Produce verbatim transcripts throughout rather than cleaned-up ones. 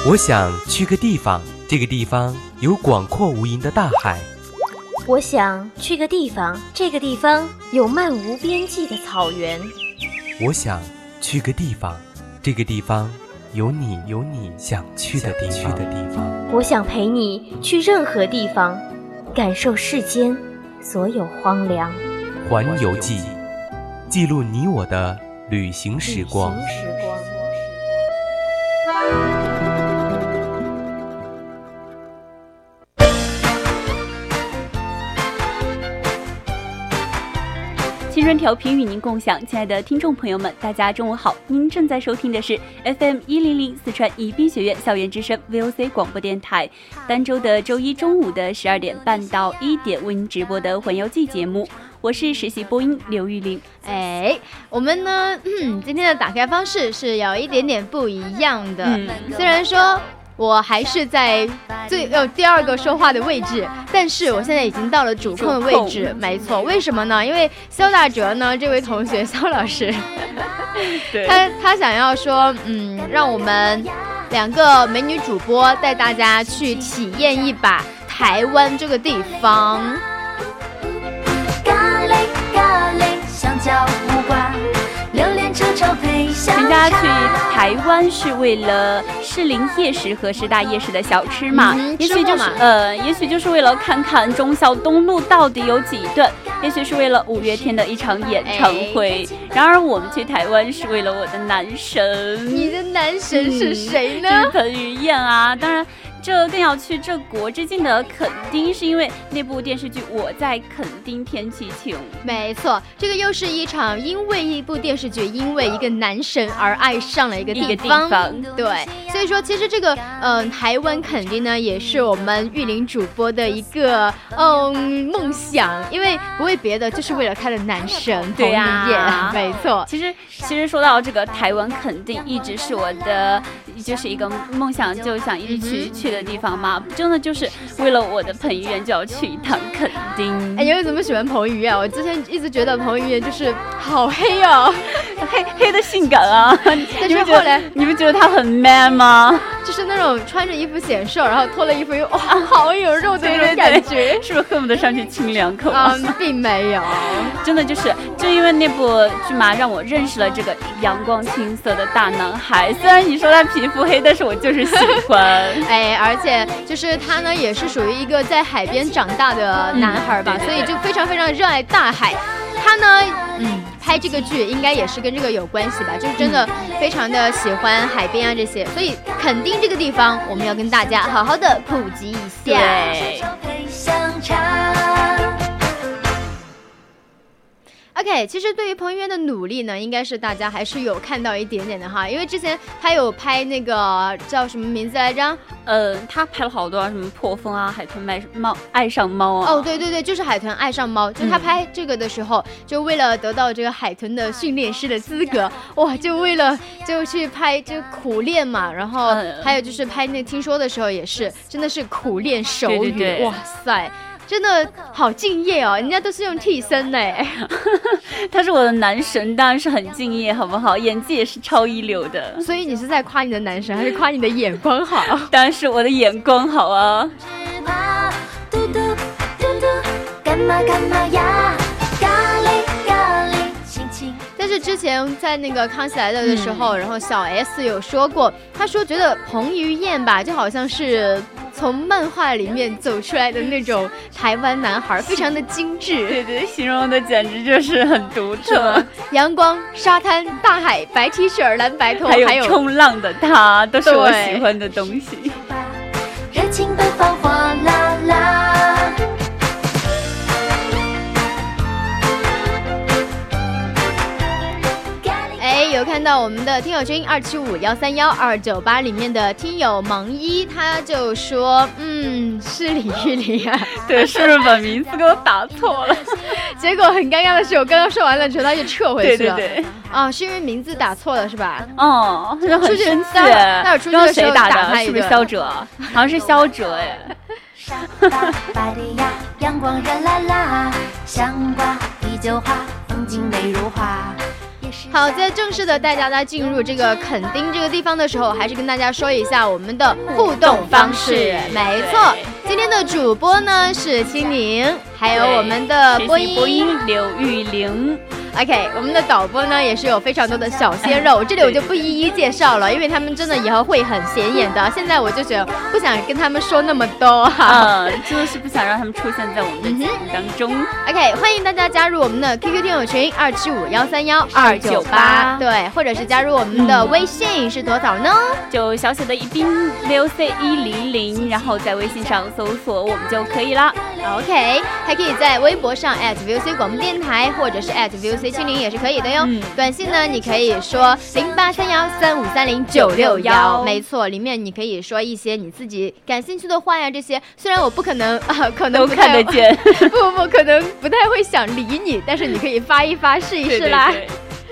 我想去个地方，这个地方有广阔无垠的大海。 我想去个地方，这个地方有漫无边际的草原。 我想去个地方，这个地方有你有你想去的地方。 我想陪你去任何地方，感受世间所有荒凉。 环游记，记录你我的旅行时光。 青春调频与您共享，亲爱的听众朋友们，大家中午好！您正在收听的是 F M 一零零四川宜宾学院校园之声 V O C 广播电台，单周的周一中午的十二点半到一点为您直播的环游记节目，我是实习播音刘玉玲。 哎，我们呢，嗯，今天的打开方式是有一点点不一样的，嗯、虽然说我还是在最呃第二个说话的位置，但是我现在已经到了主控的位置。没错，为什么呢？因为肖大哲呢，这位同学肖老师，他他想要说，嗯，让我们两个美女主播带大家去体验一把台湾这个地方。 咖喱咖喱香蕉木瓜。人家去台湾是为了士林夜市和师大夜市的小吃嘛， 嗯、 也许就是呃，也许就是为了看看忠孝东路到底有几段，也许是为了五月天的一场演唱会。哎、然而我们去台湾是为了我的男神。 你的男神是谁呢？ 嗯、就是彭于晏啊，当然。这更要去这国之境的垦丁，是因为那部电视剧《我在垦丁天气晴》。 没错，这个又是一场因为一部电视剧，因为一个男神而爱上了一个地方。 一个地方对，所以说其实这个嗯、呃、台湾垦丁呢，也是我们玉林主播的一个嗯梦想，因为不为别的，就是为了他的男神彭于晏。没错， 其实其实说到这个台湾垦丁，一直是我的就是一个梦想，就想一直去、嗯、去。的地方嘛，真的就是为了我的彭于晏就要去一趟垦丁。 哎，你为什么喜欢彭于晏？我之前一直觉得彭于晏就是好黑哦， 黑黑的性感啊。 但是后来你不觉得他很 man 吗？ 就是那种穿着衣服显瘦，然后脱了衣服又哇、哦、好有肉的那种感觉。对对对， 是不是恨不得上去亲两口啊？ 嗯，并没有， 真的就是就因为那部剧嘛，让我认识了这个阳光青涩的大男孩。虽然你说他皮肤黑，但是我就是喜欢。 哎。而且就是他呢，也是属于一个在海边长大的男孩吧，嗯、所以就非常非常热爱大海。他呢，嗯，拍这个剧应该也是跟这个有关系吧，就是真的非常的喜欢海边啊这些，所以垦丁这个地方我们要跟大家好好的普及一下。 对。 OK， 其实对于彭于晏的努力呢，应该是大家还是有看到一点点的哈，因为之前他有拍那个叫什么名字来着？ 呃，他拍了好多啊，什么破风啊，海豚卖猫爱上猫啊。 哦，对对对，就是海豚爱上猫。就他拍这个的时候，嗯、就为了得到这个海豚的训练师的资格，哇，就为了就去拍就苦练嘛，然后还有就是拍那听说的时候也是，真的是苦练手语， 对对对哇塞。真的好敬业哦，人家都是用替身呢。 他是我的男神，当然是很敬业，好不好？演技也是超一流的。 所以你是在夸你的男神，还是夸你的眼光好？ 当然是我的眼光好啊。 嘟嘟嘟嘟，干嘛干嘛呀？咖喱咖喱，亲亲。但是之前在那个康熙来了的时候，嗯、然后小 S 有说过，他说觉得彭于晏吧，就好像是从漫画里面走出来的那种台湾男孩，非常的精致。 对对，形容的简直就是很独特。 阳光、沙滩、大海、白 T 恤、蓝白头， 还有冲浪的他，都是我喜欢的东西。 热情奔放哗啦啦。有看到我们的听友群二七五幺三幺二九八里面的听友萌一，他就说，嗯，是李玉玲啊， 对，是不是把名字给我打错了？ 结果很尴尬的是，我刚刚说完了之后，他就撤回去了。 对对对， 啊，是因为名字打错了是吧？ 哦，很生气。 那会儿出去的时候打的， 是不是肖哲？好像是肖哲哎。 白的呀，阳光热辣辣，香瓜啤酒花，风景美如画。 好，在正式的带大家进入这个垦丁这个地方的时候，还是跟大家说一下我们的互动方式。没错，今天的主播呢是青柠，还有我们的播音播音刘玉玲。 OK， 我们的导播呢也是有非常多的小鲜肉，这里我就不一一介绍了，因为他们真的以后会很显眼的。现在我就觉得不想跟他们说那么多哈， 嗯，真的是不想让他们出现在我们的节目当中。嗯、 OK， 欢迎大家加入我们的 Q Q 听友群二七五幺三幺二九八，对，或者是加入我们的微信、嗯、是多少呢？ 就小小的一兵 V O C 一零零，然后在微信上搜索我们就可以啦。 OK， 还可以在微博上 at V O C 广播电台，或者是 at V O C 清零也是可以的哟。嗯、短信呢，你可以说零八三幺三五三零九六幺，没错，里面你可以说一些你自己感兴趣的话呀，这些虽然我不可能啊、呃，可能不太都看得见， 不不，可能不太会想理你，但是你可以发一发试一试啦。对对对，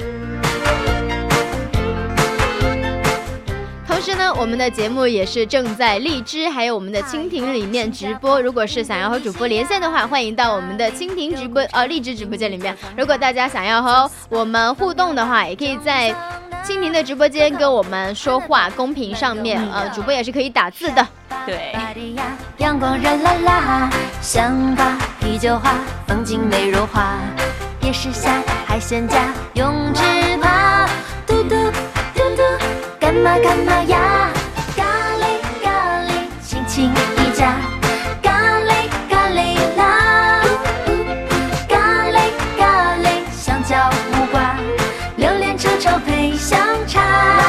同时呢，我们的节目也是正在荔枝还有我们的蜻蜓里面直播，如果是想要和主播连线的话，欢迎到我们的蜻蜓直播呃荔枝直播间里面。如果大家想要和我们互动的话，也可以在蜻蜓的直播间跟我们说话，公屏上面呃主播也是可以打字的。 对， 阳光热辣辣，香瓜啤酒花，风景美如画，夜市下海鲜架，永志爬，嘟嘟嘟嘟，干嘛干嘛呀？咖喱咖喱，亲亲一家，咖喱咖喱啦，咖喱咖喱，香蕉木瓜，榴莲臭臭配香茶。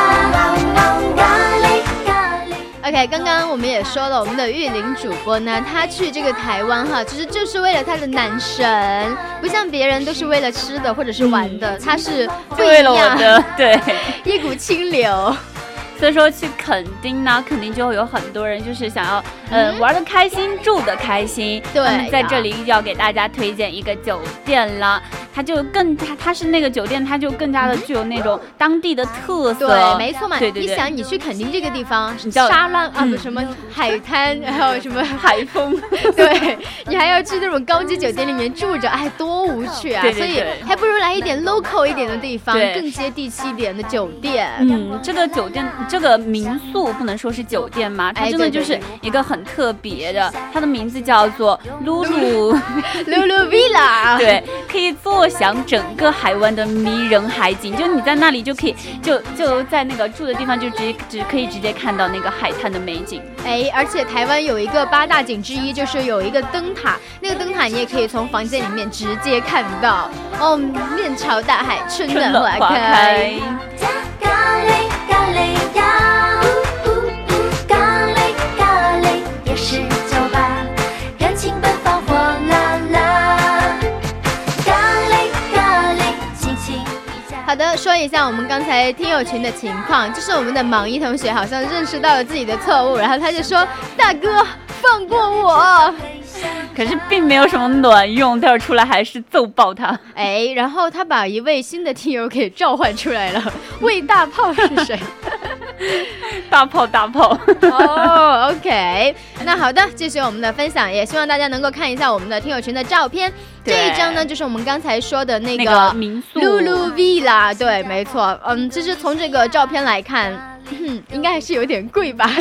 OK， 刚刚我们也说了，我们的玉玲主播呢，她去这个台湾哈，其实就是为了她的男神，不像别人都是为了吃的或者是玩的，她、嗯、是不一样， 为了我的，对， 一股清流。 所以说去垦丁呢，肯定就会有很多人就是想要，呃，嗯、玩得开心，住得开心。 对， 那么在这里要给大家推荐一个酒店了，它就更它它是那个酒店，它就更加的具有那种当地的特色。 对，没错嘛。 对对对。 你想，你去垦丁这个地方，沙滩啊，不、嗯、什么海滩，还有什么海风，对，你还要去那种高级酒店里面住着，哎，多无趣啊！ 对对对， 所以还不如来一点 local 一点的地方，更接地气一点的酒店。 嗯，这个酒店。这个民宿不能说是酒店嘛，它真的就是一个很特别的，它的名字叫做露露露露 Villa， 对，可以坐享整个海湾的迷人海景，就你在那里就可以就就在那个住的地方就直接只可以直接看到那个海滩的美景。 哎，而且台湾有一个八大景之一，就是有一个灯塔，那个灯塔你也可以从房间里面直接看到哦，面朝大海，春暖花开。 咖喱咖喱呀，咖喱咖喱，夜市酒吧，热情奔放火辣辣，咖喱咖喱，亲亲一家。 好的，说一下我们刚才听友群的情况，就是我们的盲一同学好像认识到了自己的错误，然后他就说：“大哥，放过我。” 可是并没有什么卵用，待会儿出来还是揍爆他。 哎，然后他把一位新的听友给召唤出来了，魏大炮是谁？ 大炮大炮。 哦、oh, ，OK， 那好的，继续我们的分享，也希望大家能够看一下我们的听友群的照片。这一张呢，就是我们刚才说的那个、 那个、民宿露露 Villa， 对，没错，嗯，其实从这个照片来看。嗯，应该还是有点贵吧，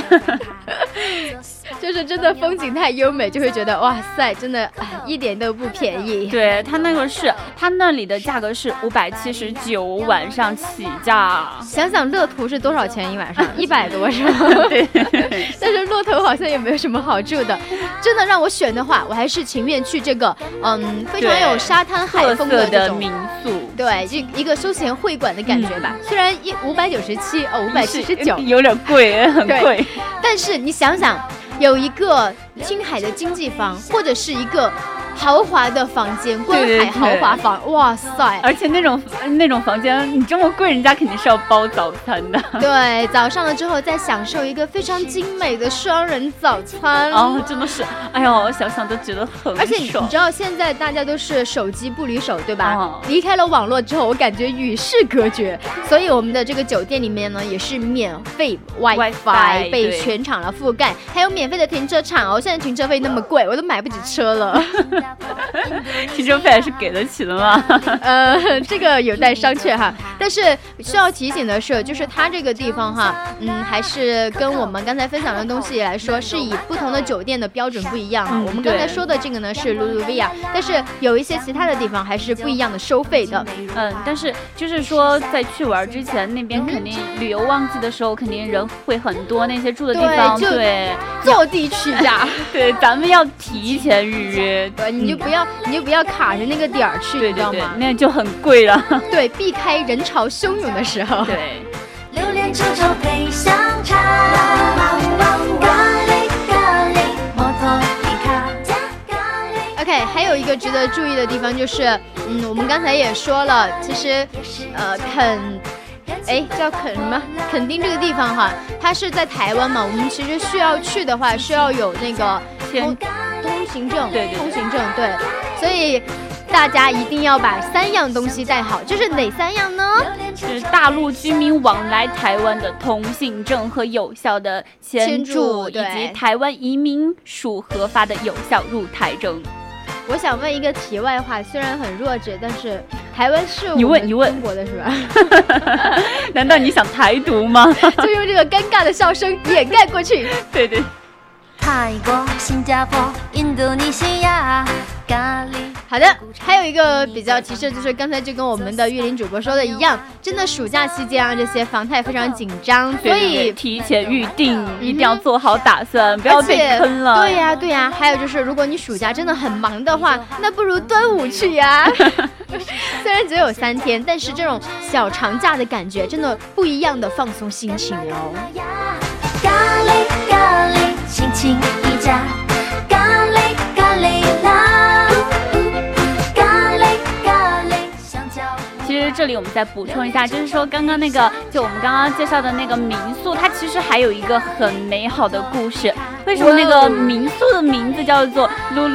就是真的风景太优美，就会觉得哇塞，真的一点都不便宜。 对，它那个是它那里的价格是五百七十九晚上起价。 想想乐图是多少钱一晚上？一百多是吗？ 对。 但是骆驼好像也没有什么好住的。真的让我选的话，我还是情愿去这个嗯非常有沙滩海风的这种民宿。 对，就一个休闲会馆的感觉吧。嗯、虽然一五百九十七哦，五百七十。 有点贵，很贵。 但是你想想，有一个青海的经济房，或者是一个豪华的房间，观海豪华房，对对对，哇塞！ 而且那种那种房间，你这么贵，人家肯定是要包早餐的。 对，早上了之后再享受一个非常精美的双人早餐。 哦，真的是，哎呦，想想都觉得很爽。 而且你知道，现在大家都是手机不离手，对吧？哦、离开了网络之后，我感觉与世隔绝。所以我们的这个酒店里面呢，也是免费 WiFi 被全场了覆盖，还有免费的停车场哦。现在停车费那么贵，我都买不起车了。 听众费还是给得起的嘛。 呃，这个有待商榷哈。但是需要提醒的是，就是它这个地方哈，嗯，还是跟我们刚才分享的东西来说，是以不同的酒店的标准不一样。嗯、我们刚才说的这个呢是 Luluvia， 但是有一些其他的地方还是不一样的收费的。 嗯，但是就是说在去玩之前，那边肯定旅游旺季的时候，肯定人会很多，那些住的地方对坐地起价。 对，咱们要提前预约。 对，你就不要、嗯、你就不要卡着那个点儿去， 对对对， 你知道吗？ 那就很贵了。 对，避开人潮汹涌的时候。 对。 榴莲臭臭配香肠，咖喱咖喱摩托皮卡加咖喱。 OK， 还有一个值得注意的地方就是，嗯，我们刚才也说了，其实，呃，肯。哎，叫垦什么？垦丁这个地方哈，它是在台湾嘛。我们其实需要去的话，是要有那个通通行证， 对对对， 通行证，对。所以大家一定要把三样东西带好，这是哪三样呢？ 是大陆居民往来台湾的通行证和有效的签注，以及台湾移民署核发的有效入台证。 我想问一个题外话，虽然很弱智，但是台湾是你问你问中国的是吧？ 难道你想台独吗？ 就用这个尴尬的笑声掩盖过去。 对对。 泰国、新加坡、印度尼西亚、咖喱。 好的，还有一个比较提示，就是刚才就跟我们的玉林主播说的一样，真的暑假期间啊，这些房贷非常紧张，所以提前预定，嗯、一定要做好打算，不要被坑了。 对呀、啊、对呀、啊，还有就是，如果你暑假真的很忙的话，那不如端午去呀。虽然只有三天，但是这种小长假的感觉，真的不一样的放松心情哦。 咖喱咖喱，心情一家，咖喱咖喱啦。 其实这里我们再补充一下，就是说刚刚那个，就我们刚刚介绍的那个民宿，它其实还有一个很美好的故事。为什么那个民宿的名字叫做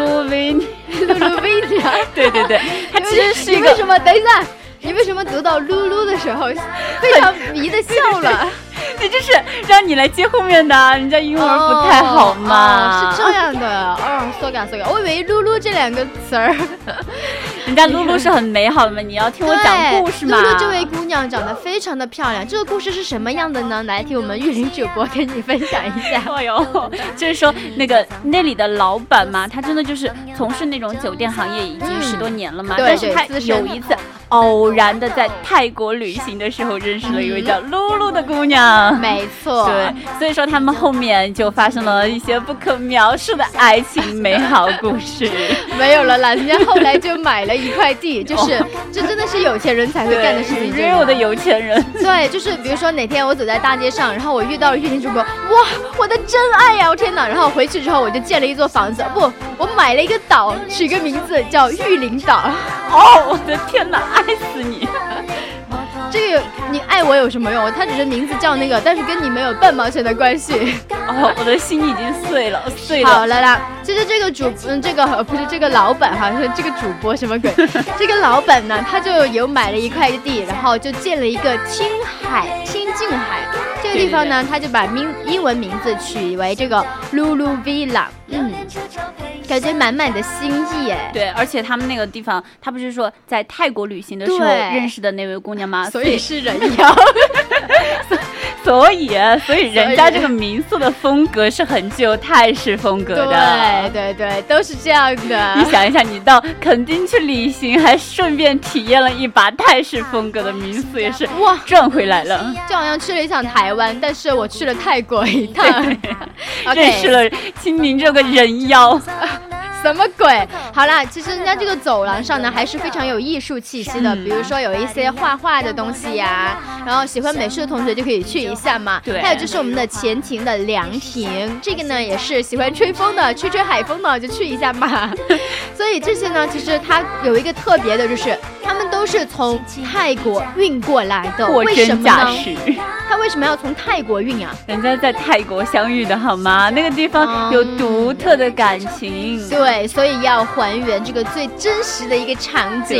Luluvia？Luluvia， 对对对， 它其实是一个。 你为什么？等一下，你为什么读到噜噜的时候非常迷的笑了？ 这就是让你来接后面的，人家英文不太好嘛。 哦哦、是这样的，哦，so ga so ga，我以为露露这两个词儿， 人家露露是很美好的嘛，你要听我讲故事嘛。 露露这位姑娘长得非常的漂亮，这个故事是什么样的呢？来听我们玉林主播跟你分享一下。 哎呦，就是说那个那里的老板嘛，他真的就是从事那种酒店行业已经十多年了嘛， 嗯、 但是他有一次偶然的在泰国旅行的时候认识了一位叫露露的姑娘。 没错， 对，所以说他们后面就发生了一些不可描述的爱情美好故事。 没有了啦，人家后来就买了一块地，就是、哦、这真的是有钱人才会干的事情。 real 的有钱人。 对，就是比如说哪天我走在大街上，然后我遇到了玉林主播，哇，我的真爱呀！我天哪！然后回去之后我就建了一座房子，不，我买了一个岛，取个名字叫玉林岛。 哦，我的天哪，爱死你！ 这个你爱我有什么用？它只是名字叫那个，但是跟你没有半毛钱的关系。 哦，我的心已经碎了，碎了。 好了啦，其实这个主，嗯，这个不是这个老板哈，这个主播什么鬼？这个老板呢，他就有买了一块地，然后就建了一个听海听静海这个地方呢，他就把名英文名字取为这个 Luluvia， 嗯。感觉满满的心意哎， 对，而且他们那个地方，他不是说在泰国旅行的时候认识的那位姑娘吗？ 所以是人妖， 所以所以人家这个民宿的风格是很具有泰式风格的， 对对对，都是这样的。 你想一下，你到垦丁去旅行，还顺便体验了一把泰式风格的民宿，也是哇赚回来了。 就好像去了一趟台湾，但是我去了泰国一趟， 认识了青柠这个人妖。 什么鬼？好啦，其实人家这个走廊上呢，还是非常有艺术气息的。嗯、比如说有一些画画的东西呀、啊，然后喜欢美术的同学就可以去一下嘛。 对。 还有就是我们的前庭的凉亭，这个呢也是喜欢吹风的，吹吹海风的就去一下嘛。所以这些呢，其实它有一个特别的，就是他们都是从泰国运过来的。 货真价实。 他为什么要从泰国运啊？ 人家在泰国相遇的好吗？那个地方有独特的感情。 嗯、对，所以要还原这个最真实的一个场景。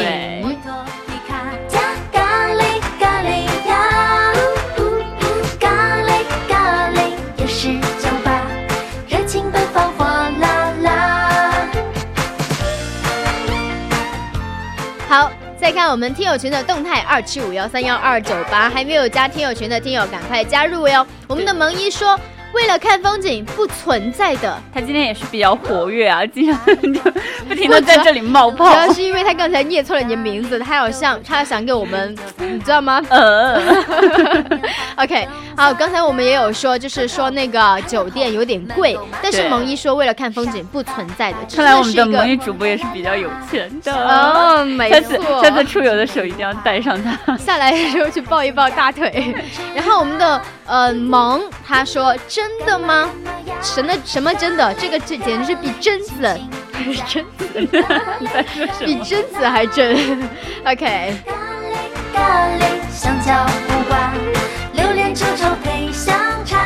我们听友群的动态二七五幺三幺二九八，还没有加听友群的听友赶快加入哟。我们的萌一说，为了看风景不存在的， 他今天也是比较活跃啊，经常就不停的在这里冒泡。 主要是因为他刚才念错了你的名字，他好像他想给我们，你知道吗？ 呃 ，OK， 好，刚才我们也有说，就是说那个酒店有点贵，但是萌一说为了看风景不存在的。 看来我们的萌一主播也是比较有钱的哦，没错。 下次出游的时候一定要带上他， 下来的时候去抱一抱大腿。然后我们的呃萌他说真的吗？什么什么真的？这个这简直是比贞子还是贞子？ 你在说什么？ 比贞子还真。OK。 咖喱香蕉苦瓜，榴莲臭臭配香茶。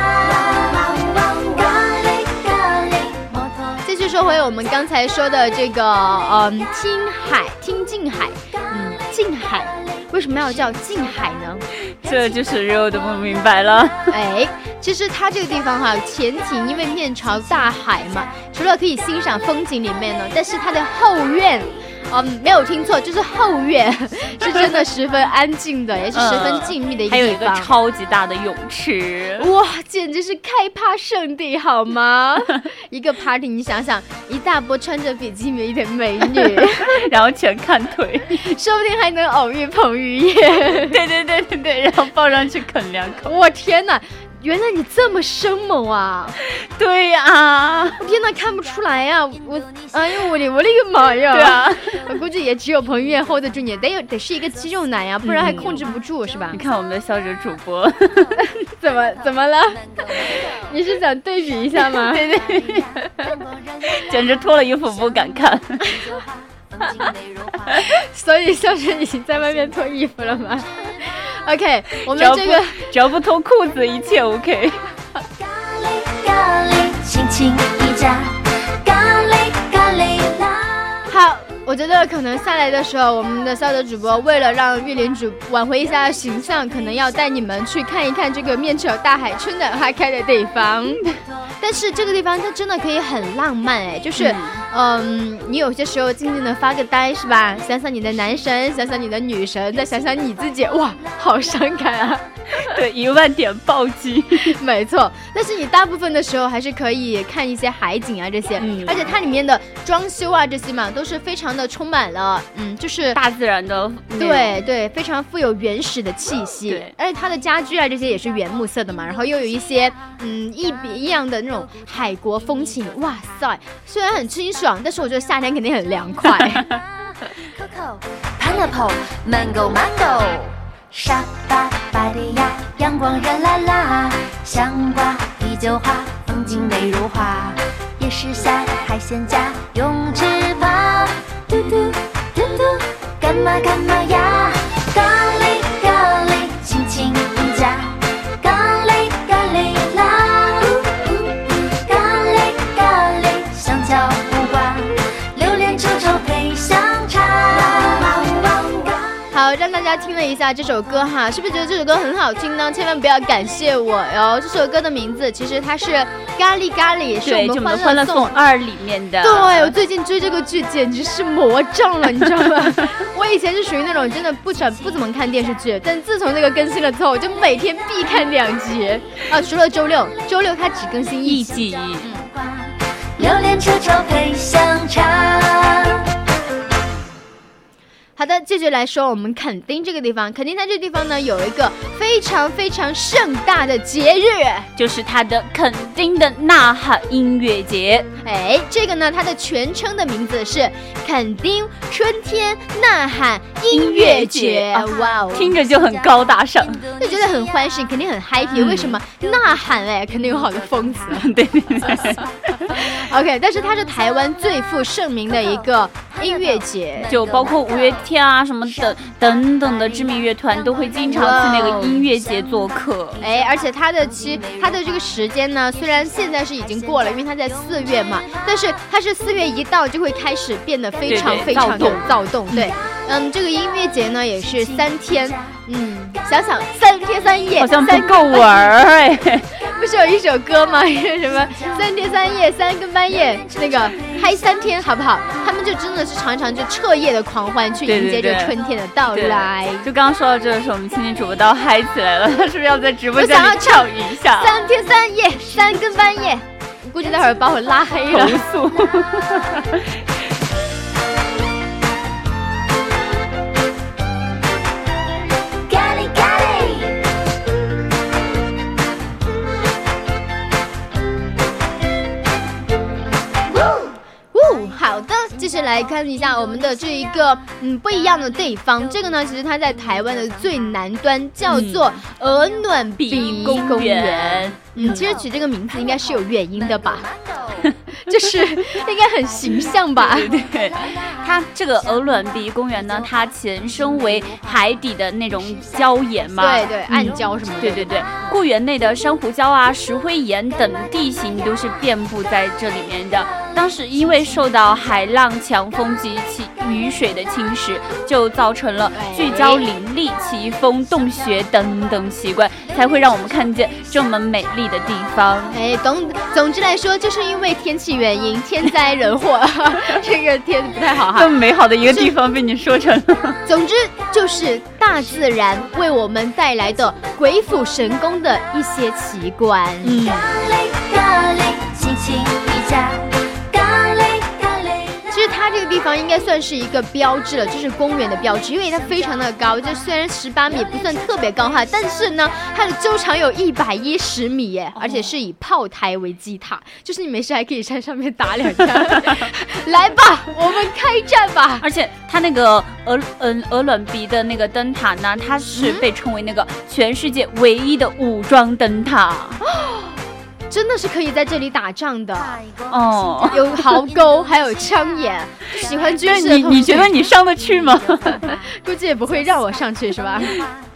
咖喱咖喱摩托。 继续说回我们刚才说的这个，嗯，听海听近海，嗯，近海为什么要叫近海呢？ 这就是肉的不明白了。 哎，其实它这个地方哈，前庭因为面朝大海嘛，除了可以欣赏风景里面呢，但是它的后院。嗯，没有听错，就是后院是真的十分安静的，也是十分静谧的一个地方。还有一个超级大的泳池， 哇，简直是开趴圣地好吗？一个 party， 你想想，一大波穿着比基尼的美女， 然后全看腿， 说不定还能偶遇彭于晏。 对对对对对，然后抱上去啃两口。 我天哪！原来你这么生猛啊！ 对呀、啊， 我天哪，看不出来呀、啊！我，哎呦我的我的个妈呀！ 对啊， 我估计也只有彭于晏 hold 得住你，得有得是一个肌肉男呀、啊，不然还控制不住、嗯、是吧？ 你看我们的笑着主播， 怎么怎么了？你是想对比一下吗？ 对对对，简直脱了衣服不敢看。 所以笑着已经在外面脱衣服了吗？OK， 我们这个只要不脱裤子，一切 OK。 咖喱咖喱，心情一家，咖喱咖喱啦。 好，我觉得可能下来的时候，我们的笑的主播为了让玉林主挽回一下形象，可能要带你们去看一看这个面朝大海、春暖花开的地方。但是这个地方它真的可以很浪漫哎，就是，嗯，嗯你有些时候静静的发个呆是吧？想想你的男神，想想你的女神，再想想你自己，哇，好伤感啊！ 对，一万点暴击， 没错。但是你大部分的时候还是可以看一些海景啊这些，嗯、而且它里面的装修啊这些嘛，都是非常的充满了，嗯，就是大自然的， 对对，非常富有原始的气息。对，而且它的家居啊这些也是原木色的嘛，然后又有一些嗯一比一样的那种海国风情，哇塞！虽然很清爽，但是我觉得夏天肯定很凉快。 Coco Pineapple Mango Mango。沙巴巴迪亚，阳光热辣辣，香瓜啤酒花，风景美如画。夜市下海鲜家，泳池旁，嘟嘟嘟嘟，干嘛干嘛呀？咖喱咖喱，亲亲一家，咖喱咖喱啦，咖喱咖喱，香蕉苦瓜，榴莲臭臭配香茶。 好，让大家听了一下这首歌哈，是不是觉得这首歌很好听呢？千万不要感谢我哟。这首歌的名字其实它是咖喱咖喱，是我们欢乐颂二里面的。 对，我最近追这个剧简直是魔障了，你知道吗？我以前是属于那种真的不怎不怎么看电视剧，但自从这个更新了之后，我就每天必看两集啊。除了周六，周六它只更新一集。嗯， 榴莲臭臭配香茶。 好的，继续来说我们垦丁这个地方。垦丁它这个地方呢，有一个非常非常盛大的节日， 就是它的垦丁的呐喊音乐节。 哎，这个呢，它的全称的名字是垦丁春天呐喊音乐节。哇哦， 听着就很高大上， 就觉得很欢喜，肯定很 happy、嗯。为什么呐喊？哎，肯定有好多疯子。 对对对。 OK， 但是它是台湾最负盛名的一个音乐节， 就包括五月天啊什么的等等的知名乐团都会经常去那个音乐节做客。 哎，而且它的期它的这个时间呢，虽然现在是已经过了，因为它在四月嘛，但是它是四月一到就会开始变得非常非常的躁动。对，嗯，这个音乐节呢也是三天。嗯，想想三天三夜好像不够玩儿哎， 不是是有一首歌吗？什么三天三夜三更半夜，那个嗨三天好不好？他们就真的是常常就彻夜的狂欢，去迎接这春天的到来。 对对对，就刚刚说到这的时候，我们青年主播都要嗨起来了，他是不是要在直播间里唱一下？ 三天三夜三更半夜，我估计待会儿把我拉黑了。 投诉。 好的，继续来看一下我们的这一个嗯不一样的地方。这个呢，其实它在台湾的最南端，叫做鹅卵鼻公园。嗯，其实取这个名字应该是有原因的吧。就是应该很形象吧？ 对对对，它这个鹅卵鼻公园呢，它前身为海底的那种礁岩嘛， 对对，暗礁什么的。 对对对，故园内的珊瑚礁啊、石灰岩等地形都是遍布在这里面的。当时因为受到海浪、强风及其雨水的侵蚀，就造成了聚焦林立、奇峰、洞穴等等奇观，才会让我们看见这么美丽的地方。 哎，总总之来说，就是因为天气原因，天灾人祸，这个天不太好哈。 这么美好的一个地方被你说成了。 总之就是大自然为我们带来的鬼斧神工的一些奇观。 嗯。 其实它这个地方应该算是一个标志了，就是公园的标志，因为它非常的高，就虽然十八米不算特别高哈，但是呢，它的周长有一百一十米耶，而且是以炮台为基塔，就是你没事还可以在上面打两下。来吧，我们开战吧！ 而且它那个鹅嗯鹅卵鼻的那个灯塔呢，它是被称为那个全世界唯一的武装灯塔。 真的是可以在这里打仗的哦， 有壕沟，还有枪眼，喜欢军事的你你觉得你上得去吗？ 估计也不会让我上去，是吧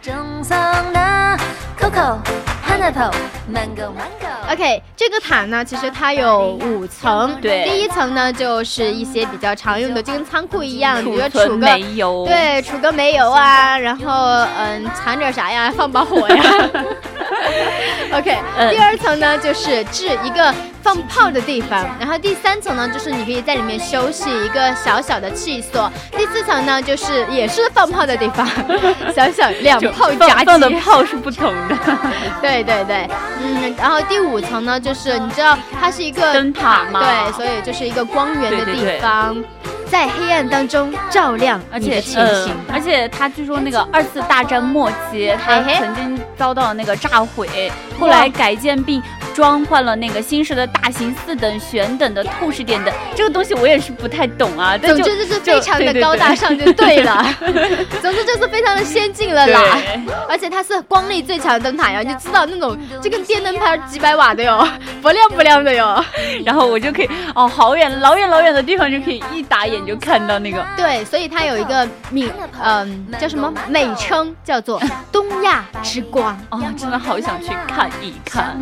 ？OK， 这个塔呢，其实它有五层。 对， 第一层呢，就是一些比较常用的，就跟仓库一样，比如说储个煤油， 对，储个煤油啊，然后嗯，藏点啥呀，放把火呀。OK，、嗯、第二层呢，就是置一个放炮的地方，然后第三层呢，就是你可以在里面休息一个小小的气所，第四层呢，就是也是放炮的地方，小小两炮夹击， 放的炮是不同的。 对对对，嗯，然后第五层呢，就是你知道它是一个灯塔嘛， 对，所以就是一个光源的地方。 对对对， 在黑暗当中照亮你的前行、 呃、而且他据说那个二次大战末期他曾经遭到了那个炸毁，后来改建并装换了那个新式的大型四等旋等的透视点等，这个东西我也是不太懂啊， 总之就是非常的高大上就对了。对对对总之就是非常的先进了啦，而且它是光力最强的灯塔呀，你就知道那种就跟电灯泡几百瓦的哟，不亮不亮的哟。 然后我就可以哦，好远老远老远的地方就可以一打眼就看到那个。 对，所以它有一个名嗯、呃、叫什么美称，叫做东亚之光。 哦，真的好想去看一看。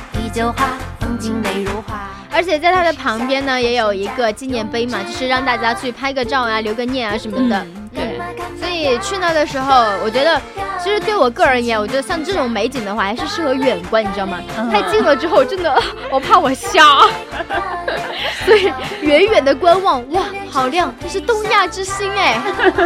而且在它的旁边呢，也有一个纪念碑嘛，就是让大家去拍个照啊，留个念啊什么的。 嗯、对， 所以去那的时候，我觉得其实对我个人而言，我觉得像这种美景的话，还是适合远观，你知道吗？嗯、太近了之后，真的我怕我瞎，所以远远的观望，哇，好亮，这是东亚之星哎。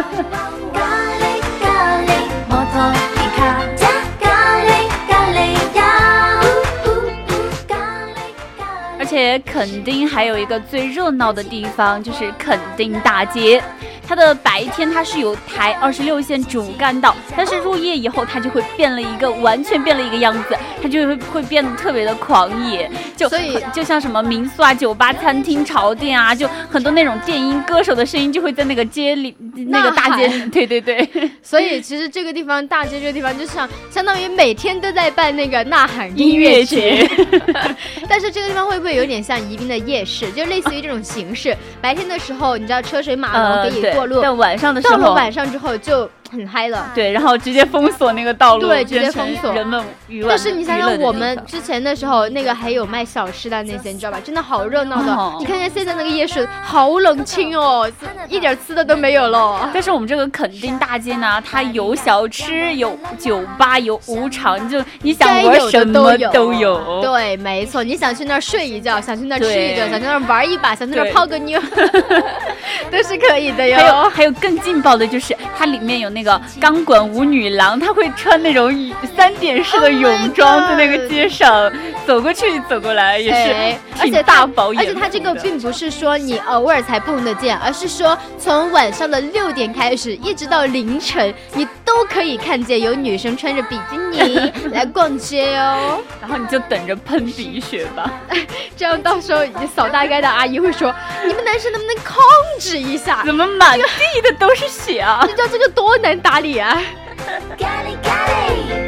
而且垦丁还有一个最热闹的地方，就是垦丁大街。它的白天它是有台二十六线主干道，但是入夜以后它就会变了一个完全变了一个样子，它就会会变得特别的狂野，就所以就像什么民宿啊、酒吧、餐厅、潮店啊，就很多那种电音歌手的声音就会在那个街里那个大街里，对对对。 所以其实这个地方大街这个地方就像相当于每天都在办那个呐喊音乐节， 但是这个地方会不会有点像宜宾的夜市，就类似于这种形式？白天的时候你知道车水马龙可以过路， 但晚上的时候， 到了晚上之后就很嗨了。 对，然后直接封锁那个道路， 对，直接封锁人们娱乐。 但是你想想，我们之前的时候，那个还有卖小吃的那些，你知道吧？真的好热闹的。哦、你看见现在那个夜市好冷清哦，一点吃的都没有了。 但是我们这个垦丁大街呢，它有小吃，有酒吧，有舞场，就你想玩什么都有。都有对，没错。你想去那儿睡一觉，想去那儿吃一顿，想去那儿玩一把，想去那儿泡个妞，都是可以的哟。 还有还有更劲爆的就是，它里面有那个钢管舞女郎，她会穿那种三点式的泳装，在那个街上走过去走过来，也是挺大保养。 而且它这个并不是说你偶尔才碰得见，而是说从晚上的六点开始，一直到凌晨，你都可以看见有女生穿着比基尼来逛街哦。 然后你就等着喷鼻血吧， 这样到时候扫大街的阿姨会说：“你们男生能不能控制一下？ 怎么满地的都是血啊？ 你知道这个多难打理啊！” 咖喱咖喱。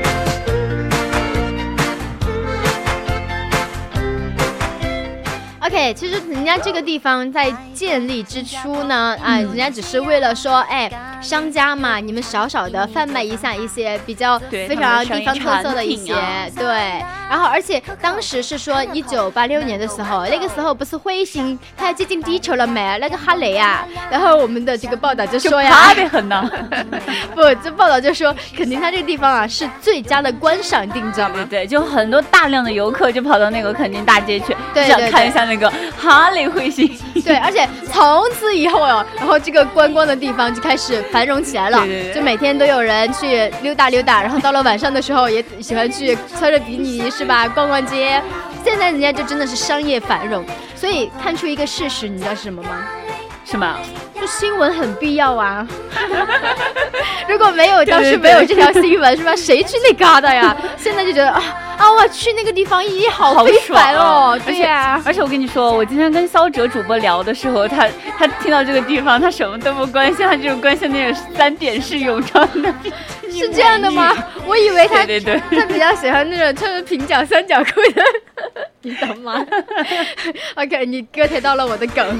OK， 其实人家这个地方在建立之初呢，啊，人家只是为了说，哎，商家嘛，你们少少的贩卖一下一些比较非常地方特色的一些，对。然后，而且当时是说一九八六年的时候，那个时候不是彗星它要接近地球了没？那个哈雷啊，然后我们的这个报道就说呀， 怕得很呢。 不，这报道就说，肯定它这个地方啊是最佳的观赏地，你知道吗？ 对对，就很多大量的游客就跑到那个垦丁大街去， 对， 想看一下那个哈雷彗星。 对，而且从此以后哦，然后这个观光的地方就开始繁荣起来了， 对对对， 就每天都有人去溜达溜达，然后到了晚上的时候也喜欢去穿着比基尼是吧，逛逛街。现在人家就真的是商业繁荣，所以看出一个事实，你知道是什么吗？ 什么？ 就新闻很必要啊！如果没有当时没有这条新闻，是吧？谁去那嘎达呀？现在就觉得啊啊，我去那个地方，咦，好非凡哦！对呀、啊， 而且我跟你说，我今天跟肖哲主播聊的时候，他他听到这个地方，他什么都不关心，他就是关心那种三点式泳装的。 是这样的吗？我以为他对对对， 他比较喜欢那种穿着平角三角裤的，你懂吗 ？OK， 你 get 到了我的梗。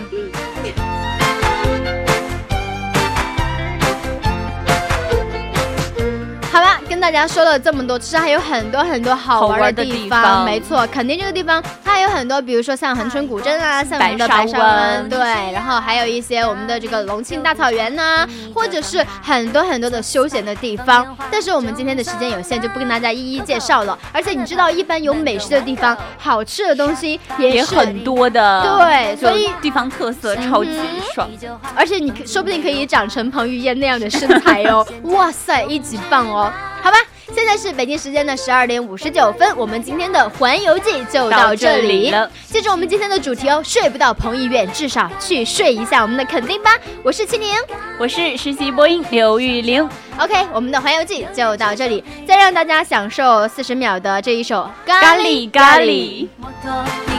好吧，跟大家说了这么多，其实还有很多很多好玩的地方。 地方没错，垦丁这个地方它还有很多，比如说像恒春古镇啊，像我们的白沙湾，对，然后还有一些我们的这个龙庆大草原呐、啊，或者是很多很多的休闲的地方。但是我们今天的时间有限，就不跟大家一一介绍了。而且你知道，一般有美食的地方，好吃的东西也是也很多的， 对，所以地方特色超级爽。 嗯、而且你说不定可以长成彭于晏那样的身材哦，哇塞，一级棒哦！好吧，现在是北京时间的十二点五十九分，我们今天的环游记就到这里了。接着我们今天的主题哦，睡不到彭于晏，至少去睡一下我们的垦丁吧。我是七宁， 我是实习播音刘玉玲。 OK， 我们的环游记就到这里，再让大家享受四十秒的这一首咖喱咖喱。